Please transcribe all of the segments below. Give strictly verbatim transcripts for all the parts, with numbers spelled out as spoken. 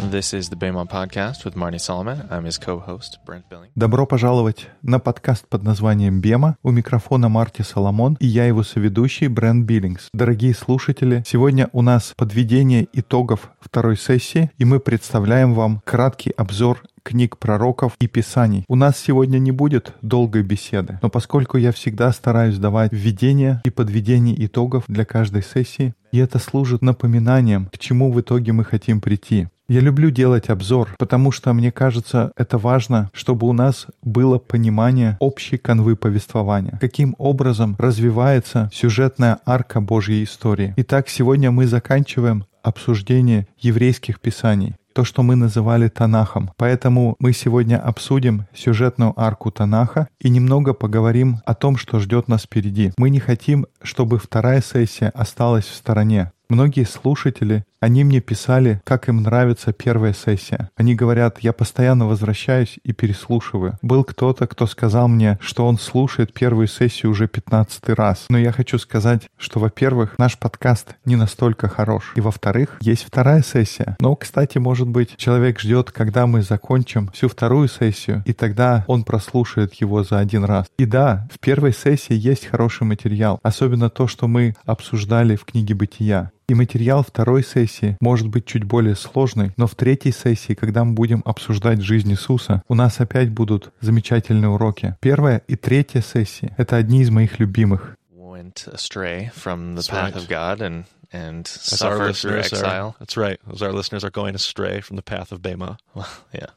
This is the Bema Podcast with Marty Solomon. I'm his co-host, Brent Billing. Добро пожаловать на подкаст под названием «Бема». У микрофона Марти Соломон и я его соведущий Брент Биллингс. Дорогие слушатели, сегодня у нас подведение итогов второй сессии, и мы представляем вам краткий обзор книг пророков и писаний. У нас сегодня не будет долгой беседы, но поскольку я всегда стараюсь давать введение и подведение итогов для каждой сессии, и это служит напоминанием, к чему в итоге мы хотим прийти. Я люблю делать обзор, потому что, мне кажется, это важно, чтобы у нас было понимание общей канвы повествования, каким образом развивается сюжетная арка Божьей истории. Итак, сегодня мы заканчиваем обсуждение еврейских писаний, то, что мы называли Танахом. Поэтому мы сегодня обсудим сюжетную арку Танаха и немного поговорим о том, что ждет нас впереди. Мы не хотим, чтобы вторая сессия осталась в стороне. Многие слушатели, они мне писали, как им нравится первая сессия. Они говорят, я постоянно возвращаюсь и переслушиваю. Был кто-то, кто сказал мне, что он слушает первую сессию уже пятнадцатый раз. Но я хочу сказать, что, во-первых, наш подкаст не настолько хорош. И, во-вторых, есть вторая сессия. Но, кстати, может быть, человек ждет, когда мы закончим всю вторую сессию, и тогда он прослушает его за один раз. И да, в первой сессии есть хороший материал. Особенно то, что мы обсуждали в книге Бытия. И материал второй сессии может быть чуть более сложный, но в третьей сессии, когда мы будем обсуждать жизнь Иисуса, у нас опять будут замечательные уроки. Первая и третья сессии — это одни из моих любимых. Went astray from the path of God and and As our suffered through listeners exile. are, that's right. As our listeners are going astray from the path of Bema. Well, yeah.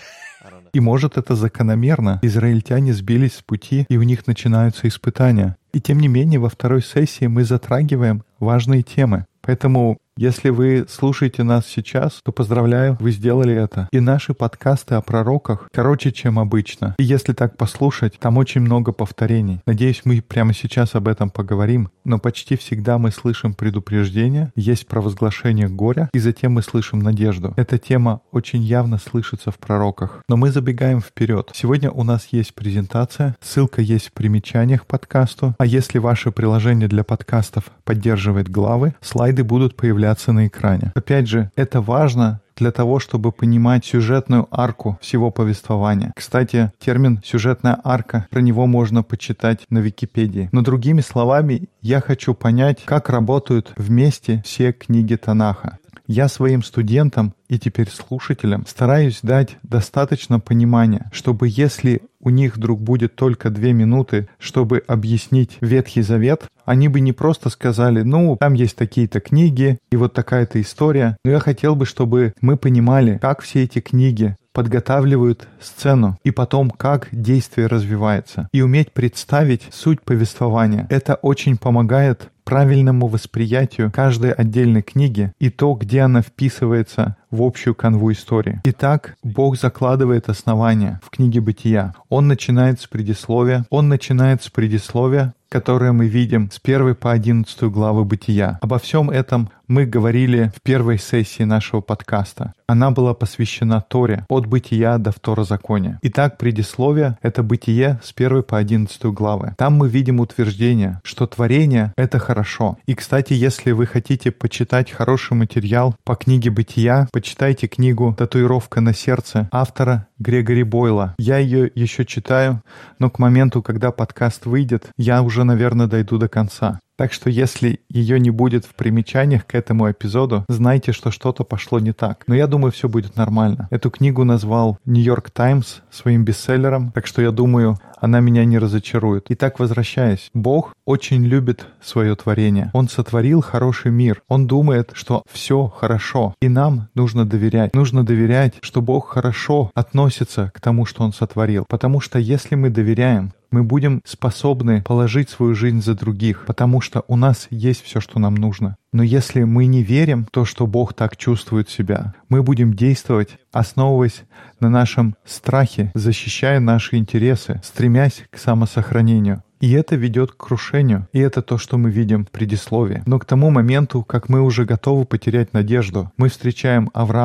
I don't know. И может это закономерно. Израильтяне сбились с пути, и у них начинаются испытания. И тем не менее, во второй сессии мы затрагиваем важные темы. Поэтому, если вы слушаете нас сейчас, то поздравляю, вы сделали это. И наши подкасты о пророках короче, чем обычно. И если так послушать, там очень много повторений. Надеюсь, мы прямо сейчас об этом поговорим. Но почти всегда мы слышим предупреждение, есть провозглашение горя, и затем мы слышим надежду. Эта тема очень явно слышится в пророках. Но мы забегаем вперед. Сегодня у нас есть презентация, ссылка есть в примечаниях к подкасту. А если ваше приложение для подкастов поддерживает главы, слайды будут появляться на экране. Опять же, это важно для того, чтобы понимать сюжетную арку всего повествования. Кстати, термин «сюжетная арка», про него можно почитать на Википедии. Но другими словами, я хочу понять, как работают вместе все книги Танаха. Я своим студентам и теперь слушателям стараюсь дать достаточно понимания, чтобы если у них вдруг будет только две минуты, чтобы объяснить Ветхий Завет, они бы не просто сказали, ну, там есть такие-то книги, и вот такая-то история. Но я хотел бы, чтобы мы понимали, как все эти книги подготавливают сцену, и потом, как действие развивается. И уметь представить суть повествования. Это очень помогает правильному восприятию каждой отдельной книги и то, где она вписывается в общую канву истории. Итак, Бог закладывает основания в книге Бытия. Он начинает с предисловия. Он начинает с предисловия, которое мы видим с первой по одиннадцатую главы Бытия. Обо всем этом мы говорили в первой сессии нашего подкаста. Она была посвящена Торе, от Бытия до Второзакония. Итак, предисловие — это Бытие с первой по одиннадцатую главы. Там мы видим утверждение, что творение — это хорошо. И, кстати, если вы хотите почитать хороший материал по книге Бытия, почитайте книгу «Татуировка на сердце» автора Грегори Бойла. Я ее еще читаю, но к моменту, когда подкаст выйдет, я уже, наверное, дойду до конца. Так что если ее не будет в примечаниях к этому эпизоду, знайте, что что-то пошло не так. Но я думаю, все будет нормально. Эту книгу назвал Нью-Йорк Таймс своим бестселлером, так что я думаю, она меня не разочарует. Итак, возвращаясь. Бог очень любит свое творение. Он сотворил хороший мир. Он думает, что все хорошо. И нам нужно доверять. Нужно доверять, что Бог хорошо относится к тому, что Он сотворил. Потому что если мы доверяем, мы будем способны положить свою жизнь за других, потому что у нас есть все, что нам нужно. Но если мы не верим в то, что Бог так чувствует себя, мы будем действовать, основываясь на нашем страхе, защищая наши интересы, стремясь к самосохранению. И это ведет к крушению. И это то, что мы видим в предисловии. Но к тому моменту, как мы уже готовы потерять надежду, мы встречаем Авраама.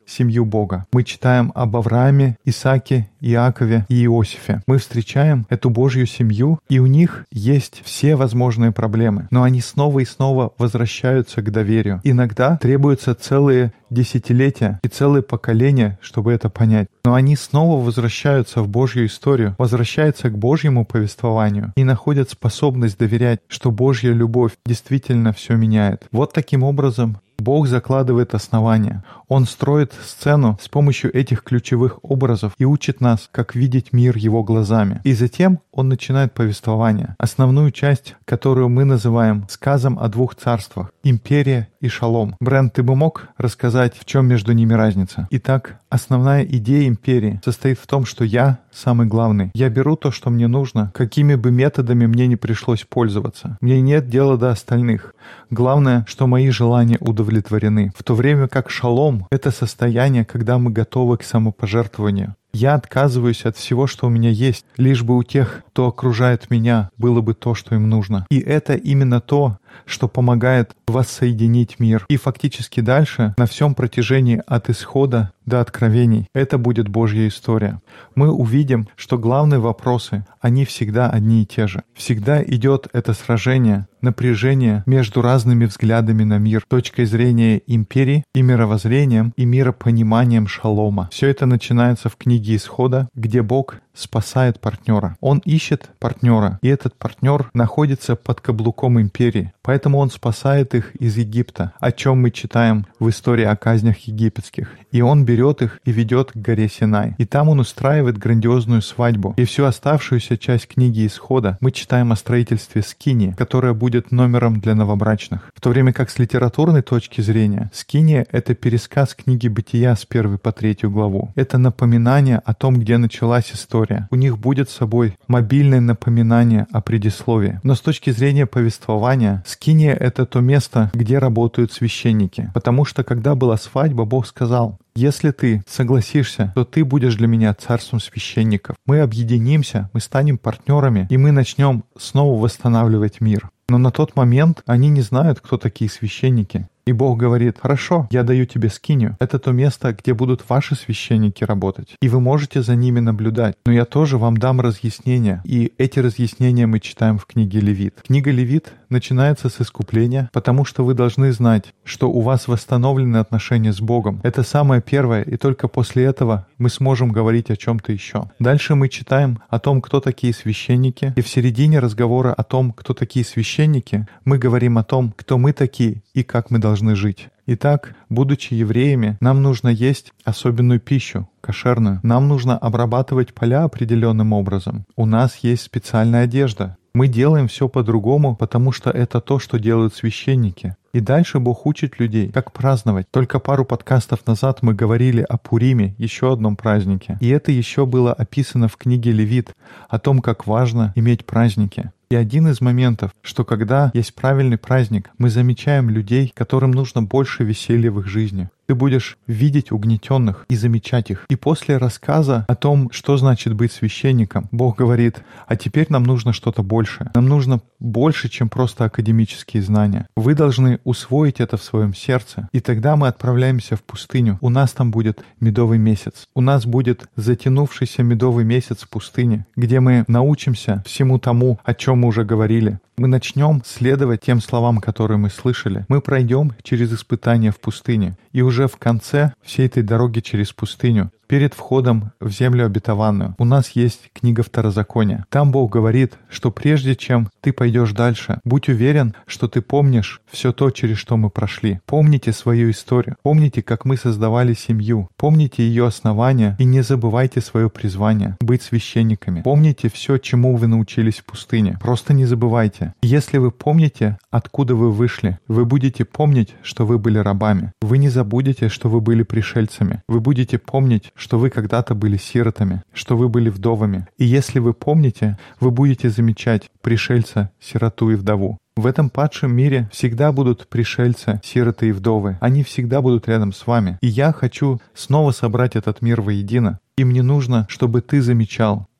семью Бога. Мы читаем об Аврааме, Исааке, Иакове и Иосифе. Мы встречаем эту Божью семью, и у них есть все возможные проблемы, но они снова и снова возвращаются к доверию. Иногда требуются целые десятилетия и целые поколения, чтобы это понять. Но они снова возвращаются в Божью историю, возвращаются к Божьему повествованию и находят способность доверять, что Божья любовь действительно все меняет. Вот таким образом Бог закладывает основания. Он строит сцену с помощью этих ключевых образов и учит нас, как видеть мир Его глазами. И затем Он начинает повествование, основную часть, которую мы называем сказом о двух царствах — империя и шалом. Брент, ты бы мог рассказать, в чем между ними разница? Итак, основная идея империи состоит в том, что я самый главный. Я беру то, что мне нужно, какими бы методами мне не пришлось пользоваться. Мне нет дела до остальных. Главное, что мои желания удовлетворены. В то время как шалом — это состояние, когда мы готовы к самопожертвованию. Я отказываюсь от всего, что у меня есть, лишь бы у тех, кто окружает меня, было бы то, что им нужно. И это именно то, что помогает воссоединить мир. И фактически дальше, на всем протяжении от исхода до откровений, это будет Божья история. Мы увидим, что главные вопросы, они всегда одни и те же. Всегда идет это сражение, напряжение между разными взглядами на мир, точкой зрения империи и мировоззрением и миропониманием шалома. Все это начинается в книге Исхода, где Бог спасает партнера. Он ищет партнера, и этот партнер находится под каблуком империи. Поэтому он спасает их из Египта, о чем мы читаем в истории о казнях египетских. И он берет их и ведет к горе Синай. И там он устраивает грандиозную свадьбу. И всю оставшуюся часть книги Исхода мы читаем о строительстве скинии, которая будет номером для новобрачных. В то время как с литературной точки зрения, скиния — это пересказ книги Бытия с первой по третью главу. Это напоминание о том, где началась история. У них будет с собой мобильное напоминание о предисловии. Но с точки зрения повествования, скиния — это то место, где работают священники. Потому что, когда была свадьба, Бог сказал: «Если ты согласишься, то ты будешь для меня царством священников. Мы объединимся, мы станем партнерами, и мы начнем снова восстанавливать мир». Но на тот момент они не знают, кто такие священники. И Бог говорит: «Хорошо, я даю тебе скинию. Это то место, где будут ваши священники работать. И вы можете за ними наблюдать. Но я тоже вам дам разъяснения». И эти разъяснения мы читаем в книге Левит. Книга Левит начинается с искупления, потому что вы должны знать, что у вас восстановлены отношения с Богом. Это самое первое, и только после этого мы сможем говорить о чем-то еще. Дальше мы читаем о том, кто такие священники. И в середине разговора о том, кто такие священники, мы говорим о том, кто мы такие и как мы должны жить. Итак, будучи евреями, нам нужно есть особенную пищу, кошерную. Нам нужно обрабатывать поля определенным образом. У нас есть специальная одежда. Мы делаем все по-другому, потому что это то, что делают священники. И дальше Бог учит людей, как праздновать. Только пару подкастов назад мы говорили о Пуриме, еще одном празднике. И это еще было описано в книге Левит, о том, как важно иметь праздники. И один из моментов, что когда есть правильный праздник, мы замечаем людей, которым нужно больше веселья в их жизни. Ты будешь видеть угнетенных и замечать их. И после рассказа о том, что значит быть священником, Бог говорит: а теперь нам нужно что-то большее. Нам нужно больше, чем просто академические знания. Вы должны усвоить это в своем сердце. И тогда мы отправляемся в пустыню. У нас там будет медовый месяц. У нас будет затянувшийся медовый месяц в пустыне, где мы научимся всему тому, о чем мы уже говорили. Мы начнем следовать тем словам, которые мы слышали. Мы пройдем через испытания в пустыне. И уже в конце всей этой дороги через пустыню, перед входом в землю обетованную, у нас есть книга Второзакония. Там Бог говорит, что прежде чем ты пойдешь дальше, будь уверен, что ты помнишь все то, через что мы прошли. Помните свою историю. Помните, как мы создавали семью. Помните ее основания и не забывайте свое призвание — быть священниками. Помните все, чему вы научились в пустыне. Просто не забывайте. Если вы помните, откуда вы вышли, вы будете помнить, что вы были рабами. Вы не забудете, что вы были пришельцами. Вы будете помнить, что вы когда-то были сиротами, что вы были вдовами. И если вы помните, вы будете замечать пришельца, сироту и вдову. В этом падшем мире всегда будут пришельцы, сироты и вдовы. Они всегда будут рядом с вами. И я хочу снова собрать этот мир воедино. И мне нужно, чтобы ты замечал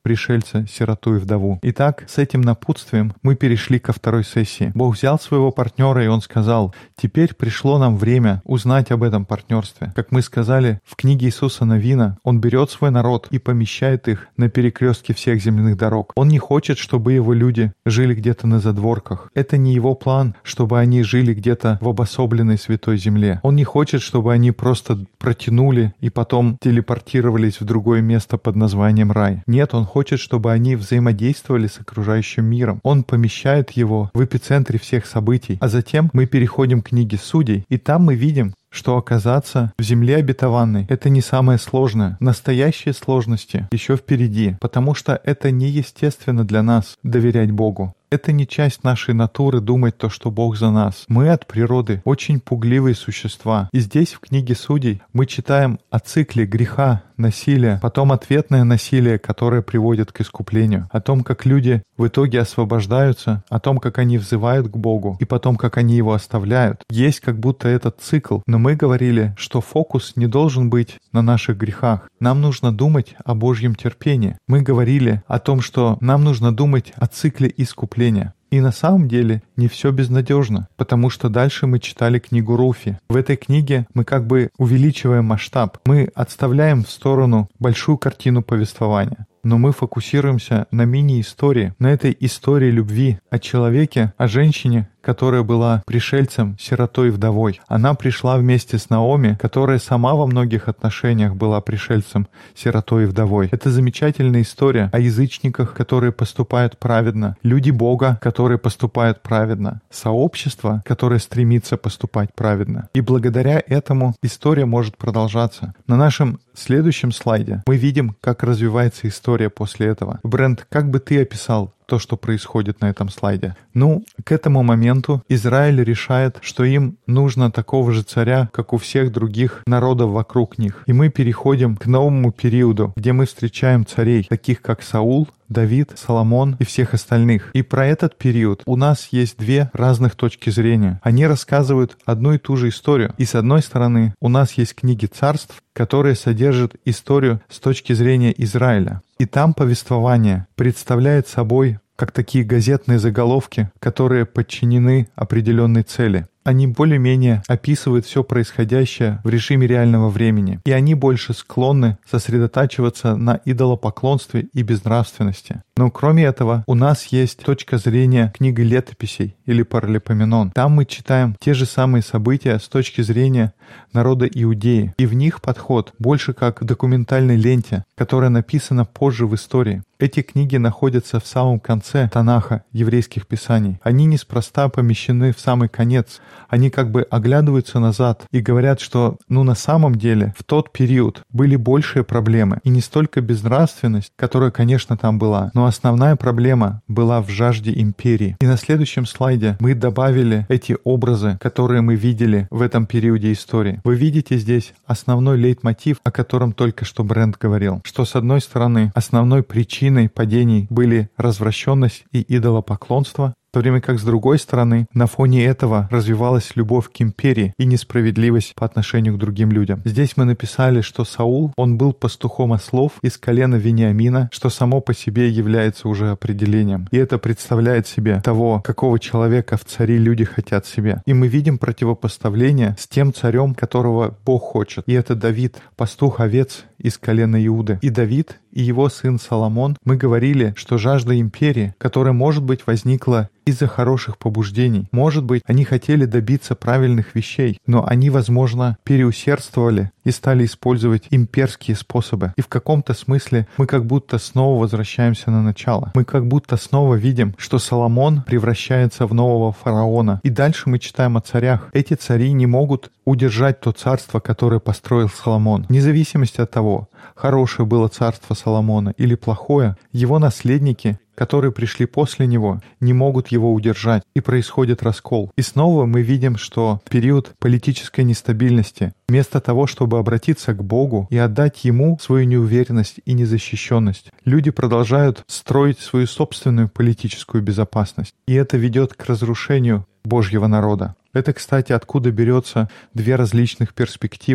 пришельца, сироту и вдову. Итак, с этим напутствием мы перешли ко второй сессии. Бог взял своего партнера, и Он сказал: «Теперь пришло нам время узнать об этом партнерстве». Как мы сказали, в книге Иисуса Навина Он берет свой народ и помещает их на перекрестке всех земляных дорог. Он не хочет, чтобы Его люди жили где-то на задворках. Это не Его план, чтобы они жили где-то в обособленной святой земле. Он не хочет, чтобы они просто протянули и потом телепортировались в другое место под названием рай. Нет, Он хочет, чтобы они взаимодействовали с окружающим миром. Он помещает его в эпицентре всех событий. А затем мы переходим к книге Судей, и там мы видим, что оказаться в земле обетованной — это не самое сложное. Настоящие сложности еще впереди, потому что это неестественно для нас доверять Богу. Это не часть нашей натуры думать то, что Бог за нас. Мы от природы очень пугливые существа. И здесь, в книге Судей, мы читаем о цикле греха, насилия, потом ответное насилие, которое приводит к искуплению, о том, как люди в итоге освобождаются, о том, как они взывают к Богу, и потом, как они Его оставляют. Есть как будто этот цикл, но мы говорили, что фокус не должен быть на наших грехах. Нам нужно думать о Божьем терпении. Мы говорили о том, что нам нужно думать о цикле искупления. И на самом деле не все безнадежно, потому что дальше мы читали книгу Руфи. В этой книге мы как бы увеличиваем масштаб, мы отставляем в сторону большую картину повествования. Но мы фокусируемся на мини-истории, на этой истории любви, о человеке, о женщине, которая была пришельцем, сиротой и вдовой. Она пришла вместе с Наоми, которая сама во многих отношениях была пришельцем, сиротой и вдовой. Это замечательная история о язычниках, которые поступают праведно, люди Бога, которые поступают праведно, сообщество, которое стремится поступать праведно. И благодаря этому история может продолжаться. На нашем следующем слайде мы видим, как развивается история после этого. Брент, как бы ты описал то, что происходит на этом слайде? Ну, к этому моменту Израиль решает, что им нужно такого же царя, как у всех других народов вокруг них. И мы переходим к новому периоду, где мы встречаем царей, таких как Саул, Давид, Соломон и всех остальных. И про этот период у нас есть две разных точки зрения. Они рассказывают одну и ту же историю. И с одной стороны, у нас есть книги царств, которые содержат историю с точки зрения Израиля. И там повествование представляет собой как такие газетные заголовки, которые подчинены определенной цели. Они более-менее описывают все происходящее в режиме реального времени, и они больше склонны сосредотачиваться на идолопоклонстве и безнравственности. Но кроме этого, у нас есть точка зрения книги летописей или Паралипоменон. Там мы читаем те же самые события с точки зрения народа Иудеи, и в них подход больше как в документальной ленте, которая написана позже в истории. Эти книги находятся в самом конце Танаха, еврейских писаний. Они неспроста помещены в самый конец. Они как бы оглядываются назад и говорят, что, ну, на самом деле, в тот период были большие проблемы. И не столько безнравственность, которая, конечно, там была, но основная проблема была в жажде империи. И на следующем слайде мы добавили эти образы, которые мы видели в этом периоде истории. Вы видите здесь основной лейтмотив, о котором только что Брент говорил, что, с одной стороны, основной причиной падений были развращенность и идолопоклонство, в то время как, с другой стороны, на фоне этого развивалась любовь к империи и несправедливость по отношению к другим людям. Здесь мы написали, что Саул, он был пастухом ослов из колена Вениамина, что само по себе является уже определением. И это представляет себе того, какого человека в цари люди хотят себе. И мы видим противопоставление с тем царем, которого Бог хочет. И это Давид, пастух овец из колена Иуды. И Давид, и его сын Соломон, мы говорили, что жажда империи, которая, может быть, возникла из-за хороших побуждений. Может быть, они хотели добиться правильных вещей, но они, возможно, переусердствовали и стали использовать имперские способы. И в каком-то смысле мы как будто снова возвращаемся на начало. Мы как будто снова видим, что Соломон превращается в нового фараона. И дальше мы читаем о царях. Эти цари не могут удержать то царство, которое построил Соломон. Вне зависимости от того, хорошее было царство Соломона или плохое, его наследники, которые пришли после него, не могут его удержать, и происходит раскол. И снова мы видим, что в период политической нестабильности, вместо того, чтобы обратиться к Богу и отдать Ему свою неуверенность и незащищенность, люди продолжают строить свою собственную политическую безопасность. И это ведет к разрушению Божьего народа. Это, кстати, откуда берется две различных перспективы.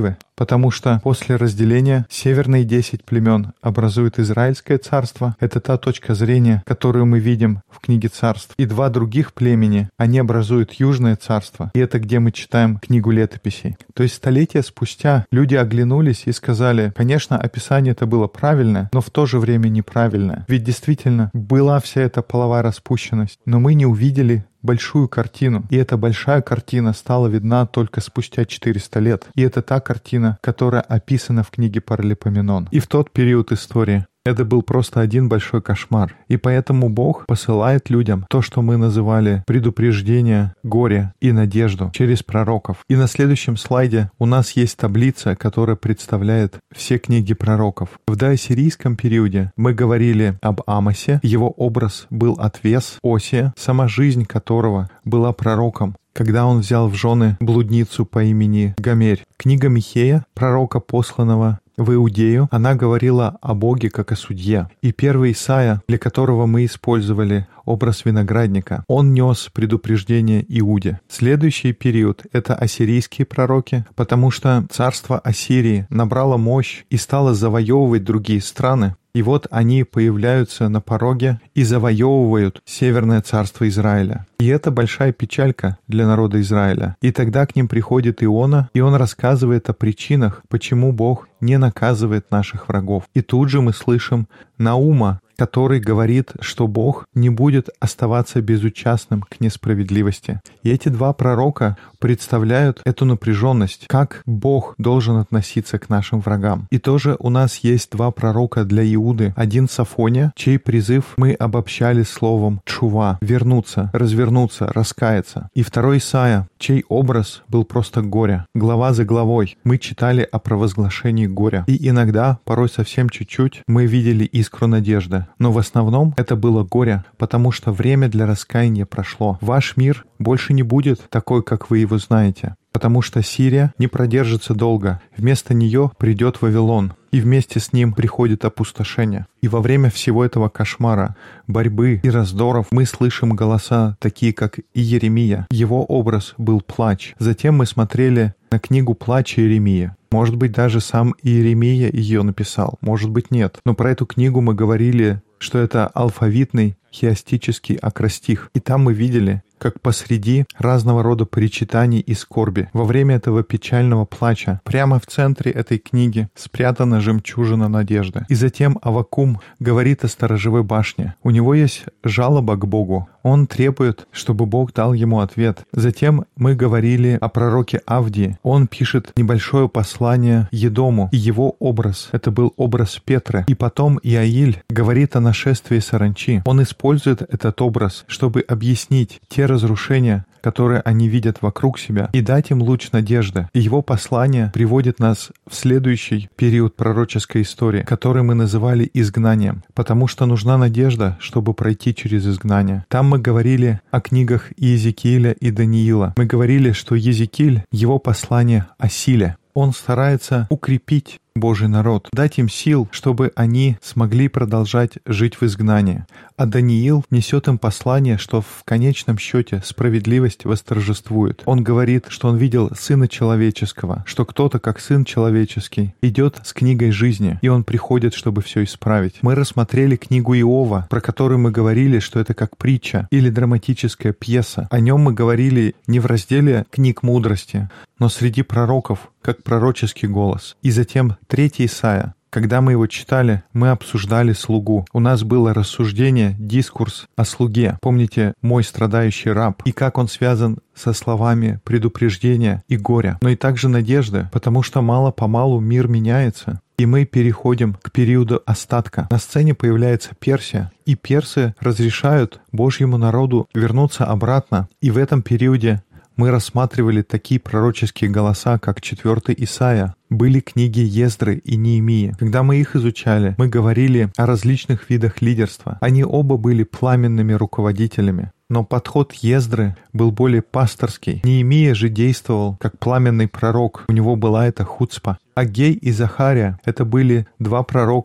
потому что после разделения северные десять племен образуют Израильское царство. Это та точка зрения, которую мы видим в книге Царств. И два других племени, они образуют Южное царство. И это где мы читаем книгу летописей. То есть столетия спустя люди оглянулись и сказали, конечно, описание это было правильное, но в то же время неправильное. Ведь действительно была вся эта половая распущенность, но мы не увидели большую картину. И эта большая картина стала видна только спустя четыреста лет. И это та картина, которая описана в книге Паралипоменон. И в тот период истории это был просто один большой кошмар. И поэтому Бог посылает людям то, что мы называли предупреждение, горе и надежду через пророков. И на следующем слайде у нас есть таблица, которая представляет все книги пророков. В доассирийском периоде мы говорили об Амосе. Его образ был отвес Осия, сама жизнь которого была пророком, когда он взял в жены блудницу по имени Гомерь. Книга Михея, пророка, посланного в Иудею, она говорила о Боге как о судье. И первый Исаия, для которого мы использовали образ виноградника, он нес предупреждение Иуде. Следующий период — это ассирийские пророки, потому что царство Ассирии набрало мощь и стало завоевывать другие страны. И вот они появляются на пороге и завоевывают Северное царство Израиля. И это большая печалька для народа Израиля. И тогда к ним приходит Иона, и он рассказывает о причинах, почему Бог не наказывает наших врагов. И тут же мы слышим Наума, который говорит, что Бог не будет оставаться безучастным к несправедливости. И эти два пророка представляют эту напряженность, как Бог должен относиться к нашим врагам. И тоже у нас есть два пророка для Иуды. Один Софония, чей призыв мы обобщали словом «чува» — вернуться, развернуться, раскаяться. И второй Исаия, чей образ был просто горе. Глава за главой мы читали о провозглашении горя. И иногда, порой совсем чуть-чуть, мы видели искру надежды. Но в основном это было горе, потому что время для раскаяния прошло. Ваш мир больше не будет такой, как вы его знаете, потому что Сирия не продержится долго. Вместо нее придет Вавилон, и вместе с ним приходит опустошение. И во время всего этого кошмара, борьбы и раздоров мы слышим голоса, такие как Иеремия. Его образ был плач. Затем мы смотрели на книгу плача Иеремии. Может быть, даже сам Иеремия ее написал, может быть, нет. Но про эту книгу мы говорили, что это алфавитный хиастический акростих. И там мы видели, как посреди разного рода причитаний и скорби, во время этого печального плача, прямо в центре этой книги спрятана жемчужина надежды. И затем Аввакум говорит о сторожевой башне. У него есть жалоба к Богу. Он требует, чтобы Бог дал ему ответ. Затем мы говорили о пророке Авдии. Он пишет небольшое послание Едому, и его образ — это был образ Петра. И потом Иаиль говорит о нашествии саранчи. Он использует этот образ, чтобы объяснить те разрушения, которые они видят вокруг себя, и дать им луч надежды. И его послание приводит нас в следующий период пророческой истории, который мы называли изгнанием, потому что нужна надежда, чтобы пройти через изгнание. Там мы говорили о книгах Иезекииля и Даниила. Мы говорили, что Иезекииль, его послание о силе. Он старается укрепить Божий народ, дать им сил, чтобы они смогли продолжать жить в изгнании. А Даниил несет им послание, что в конечном счете справедливость восторжествует. Он говорит, что он видел Сына Человеческого, что кто-то, как Сын Человеческий, идет с книгой жизни, и он приходит, чтобы все исправить. Мы рассмотрели книгу Иова, про которую мы говорили, что это как притча или драматическая пьеса. О нем мы говорили не в разделе книг мудрости, но среди пророков, как пророческий голос. И затем третий Исаия. Когда мы его читали, мы обсуждали слугу. У нас было рассуждение, дискурс о слуге. Помните, мой страдающий раб, и как он связан со словами предупреждения и горя, но и также надежды, потому что мало-помалу мир меняется. И мы переходим к периоду остатка. На сцене появляется Персия, и персы разрешают Божьему народу вернуться обратно. И в этом периоде мы рассматривали такие пророческие голоса, как четвертый Исаия. Были книги Ездры и Неемии. Когда мы их изучали, мы говорили о различных видах лидерства. Они оба были пламенными руководителями. Но подход Ездры был более пасторский. Неемия же действовал как пламенный пророк. У него была эта хуцпа. Агей и Захария — это были два пророка,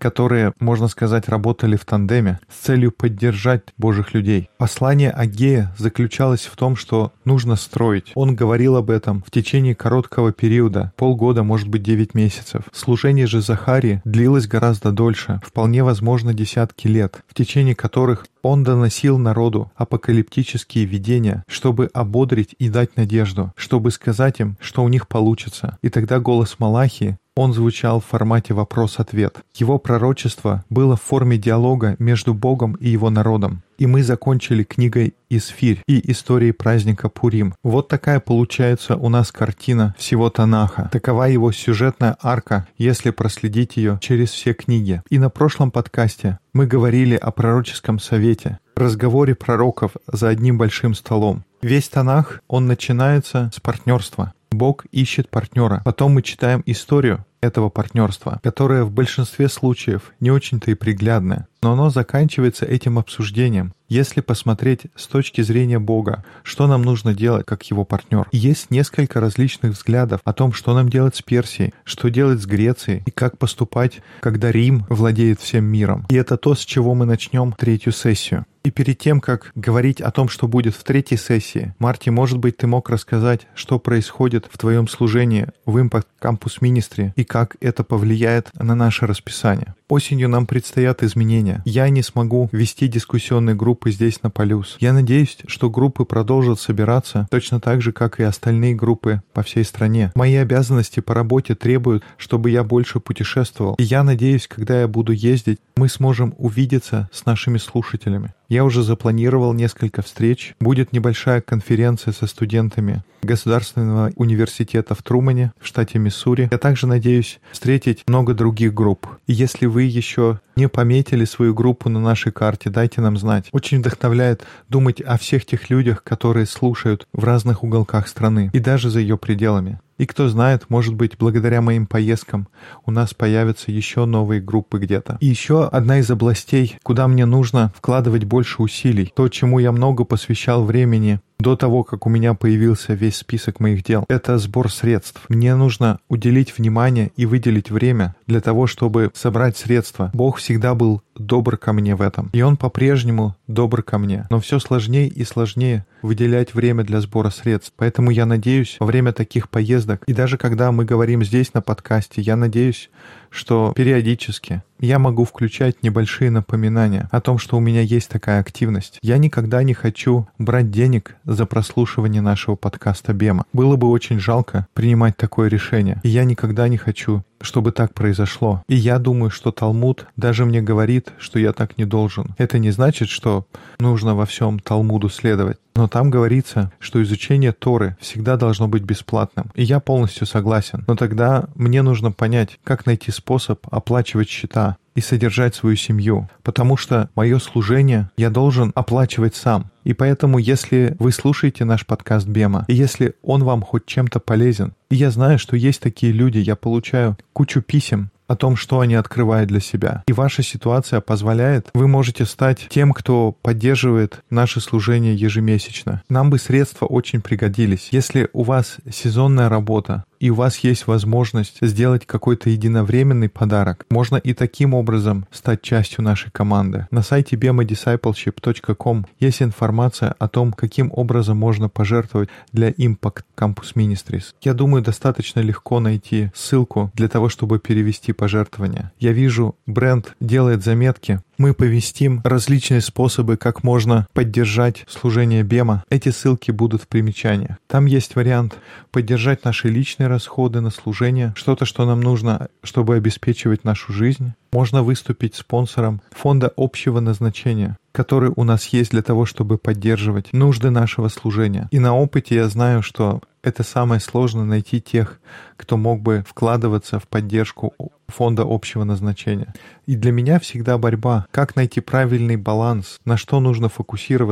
которые, можно сказать, работали в тандеме с целью поддержать Божьих людей. Послание Агея заключалось в том, что нужно строить. Он говорил об этом в течение короткого периода, полгода, может быть, девять месяцев. Служение же Захарии длилось гораздо дольше, вполне возможно, десятки лет, в течение которых он доносил народу апокалиптические видения, чтобы ободрить и дать надежду, чтобы сказать им, что у них получится. И тогда голос Малахии, он звучал в формате вопрос-ответ. Его пророчество было в форме диалога между Богом и его народом. И мы закончили книгой Исфирь и историей праздника Пурим. Вот такая получается у нас картина всего Танаха. Такова его сюжетная арка, если проследить ее через все книги. И на прошлом подкасте мы говорили о пророческом совете, разговоре пророков за одним большим столом. Весь Танах, он начинается с партнерства. Бог ищет партнера. Потом мы читаем историю этого партнерства, которое в большинстве случаев не очень-то и приглядное, но оно заканчивается этим обсуждением. Если посмотреть с точки зрения Бога, что нам нужно делать как его партнер. Есть несколько различных взглядов о том, что нам делать с Персией, что делать с Грецией и как поступать, когда Рим владеет всем миром. И это то, с чего мы начнем третью сессию. И перед тем, как говорить о том, что будет в третьей сессии, Марти, может быть, ты мог рассказать, что происходит в твоем служении в Impact Campus Ministry и как это повлияет на наше расписание. Осенью нам предстоят изменения. Я не смогу вести дискуссионные группы здесь на Полюс. Я надеюсь, что группы продолжат собираться точно так же, как и остальные группы по всей стране. Мои обязанности по работе требуют, чтобы я больше путешествовал. И я надеюсь, когда я буду ездить, мы сможем увидеться с нашими слушателями. Я уже запланировал несколько встреч. Будет небольшая конференция со студентами Государственного университета в Трумане, в штате Миссури. Я также надеюсь встретить много других групп. И если вы еще не пометили свою группу на нашей карте, дайте нам знать. Очень вдохновляет думать о всех тех людях, которые слушают в разных уголках страны и даже за ее пределами. И кто знает, может быть, благодаря моим поездкам у нас появятся еще новые группы где-то. И еще одна из областей, куда мне нужно вкладывать больше усилий, то, чему я много посвящал времени до того, как у меня появился весь список моих дел, это сбор средств. Мне нужно уделить внимание и выделить время для того, чтобы собрать средства. Бог всегда был добр ко мне в этом, и Он по-прежнему добр ко мне. Но все сложнее и сложнее выделять время для сбора средств. Поэтому я надеюсь, во время таких поездок, и даже когда мы говорим здесь на подкасте, я надеюсь, что периодически я могу включать небольшие напоминания о том, что у меня есть такая активность. Я никогда не хочу брать денег за прослушивание нашего подкаста Бема. Было бы очень жалко принимать такое решение. И я никогда не хочу, чтобы так произошло. И я думаю, что Талмуд даже мне говорит, что я так не должен. Это не значит, что нужно во всем Талмуду следовать. Но там говорится, что изучение Торы всегда должно быть бесплатным. И я полностью согласен. Но тогда мне нужно понять, как найти способ оплачивать счета и содержать свою семью. Потому что мое служение я должен оплачивать сам. И поэтому, если вы слушаете наш подкаст Бема, и если он вам хоть чем-то полезен, и я знаю, что есть такие люди, я получаю кучу писем о том, что они открывают для себя. И ваша ситуация позволяет, вы можете стать тем, кто поддерживает наше служение ежемесячно. Нам бы средства очень пригодились. Если у вас сезонная работа, и у вас есть возможность сделать какой-то единовременный подарок, можно и таким образом стать частью нашей команды. На сайте бема дисайплшип точка ком есть информация о том, каким образом можно пожертвовать для Impact Campus Ministries. Я думаю, достаточно легко найти ссылку для того, чтобы перевести пожертвования. Я вижу, бренд делает заметки. Мы повестим различные способы, как можно поддержать служение Бема. Эти ссылки будут в примечаниях. Там есть вариант поддержать наши личные расходы на служение, что-то, что нам нужно, чтобы обеспечивать нашу жизнь. Можно выступить спонсором фонда общего назначения, который у нас есть для того, чтобы поддерживать нужды нашего служения. И на опыте я знаю, что это самое сложное — найти тех, кто мог бы вкладываться в поддержку фонда общего назначения. И для меня всегда борьба, как найти правильный баланс, на что нужно фокусироваться.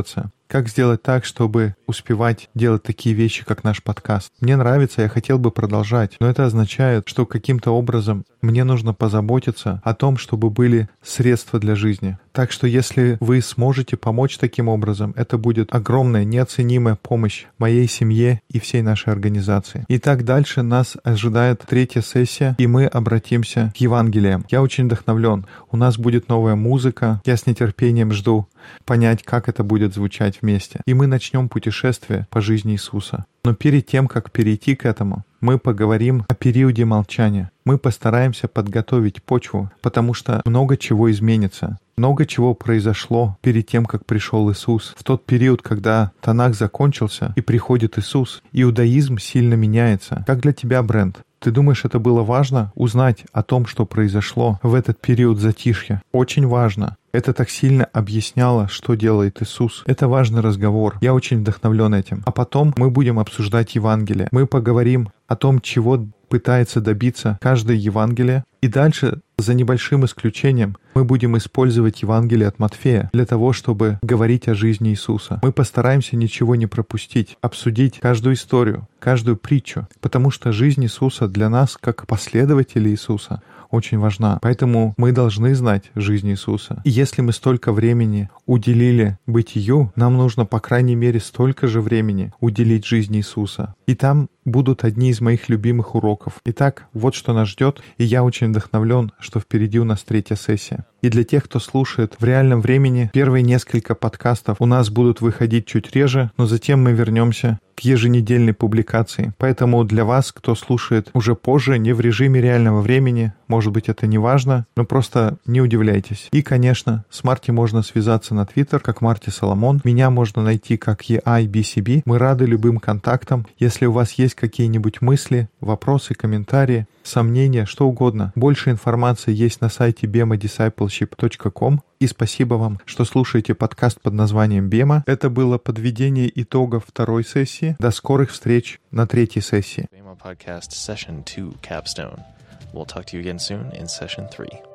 Как сделать так, чтобы успевать делать такие вещи, как наш подкаст? Мне нравится, я хотел бы продолжать, но это означает, что каким-то образом мне нужно позаботиться о том, чтобы были средства для жизни. Так что если вы сможете помочь таким образом, это будет огромная, неоценимая помощь моей семье и всей нашей организации. Итак, дальше нас ожидает третья сессия, и мы обратимся к Евангелиям. Я очень вдохновлен. У нас будет новая музыка. Я с нетерпением жду понять, как это будет звучать вместе. И мы начнем путешествие по жизни Иисуса. Но перед тем, как перейти к этому, мы поговорим о периоде молчания. Мы постараемся подготовить почву, потому что много чего изменится. Много чего произошло перед тем, как пришел Иисус. В тот период, когда Танах закончился и приходит Иисус, иудаизм сильно меняется. Как для тебя, Брент? Ты думаешь, это было важно узнать о том, что произошло в этот период затишья? Очень важно. Это так сильно объясняло, что делает Иисус. Это важный разговор. Я очень вдохновлен этим. А потом мы будем обсуждать Евангелие. Мы поговорим о том, чего пытается добиться каждое Евангелие. И дальше, за небольшим исключением, мы будем использовать Евангелие от Матфея для того, чтобы говорить о жизни Иисуса. Мы постараемся ничего не пропустить, обсудить каждую историю, каждую притчу, потому что жизнь Иисуса для нас, как последователей Иисуса, очень важна. Поэтому мы должны знать жизнь Иисуса. И если мы столько времени уделили бытию, нам нужно, по крайней мере, столько же времени уделить жизни Иисуса. И там будут одни из моих любимых уроков. Итак, вот что нас ждет, и я очень вдохновлен, что впереди у нас третья сессия. И для тех, кто слушает в реальном времени, первые несколько подкастов у нас будут выходить чуть реже, но затем мы вернемся к еженедельной публикации. Поэтому для вас, кто слушает уже позже, не в режиме реального времени, может быть, это не важно, но просто не удивляйтесь. И, конечно, с Марти можно связаться на Twitter, как Марти Соломон. Меня можно найти как и ай би си би. Мы рады любым контактам. Если у вас есть какие-нибудь мысли, вопросы, комментарии, сомнения, что угодно, больше информации есть на сайте бема дисайплшип точка ком. И спасибо вам, что слушаете подкаст под названием «Бема». Это было подведение итогов второй сессии. До скорых встреч на третьей сессии. Bema Podcast Session two Capstone. We'll talk to you again soon in Session three.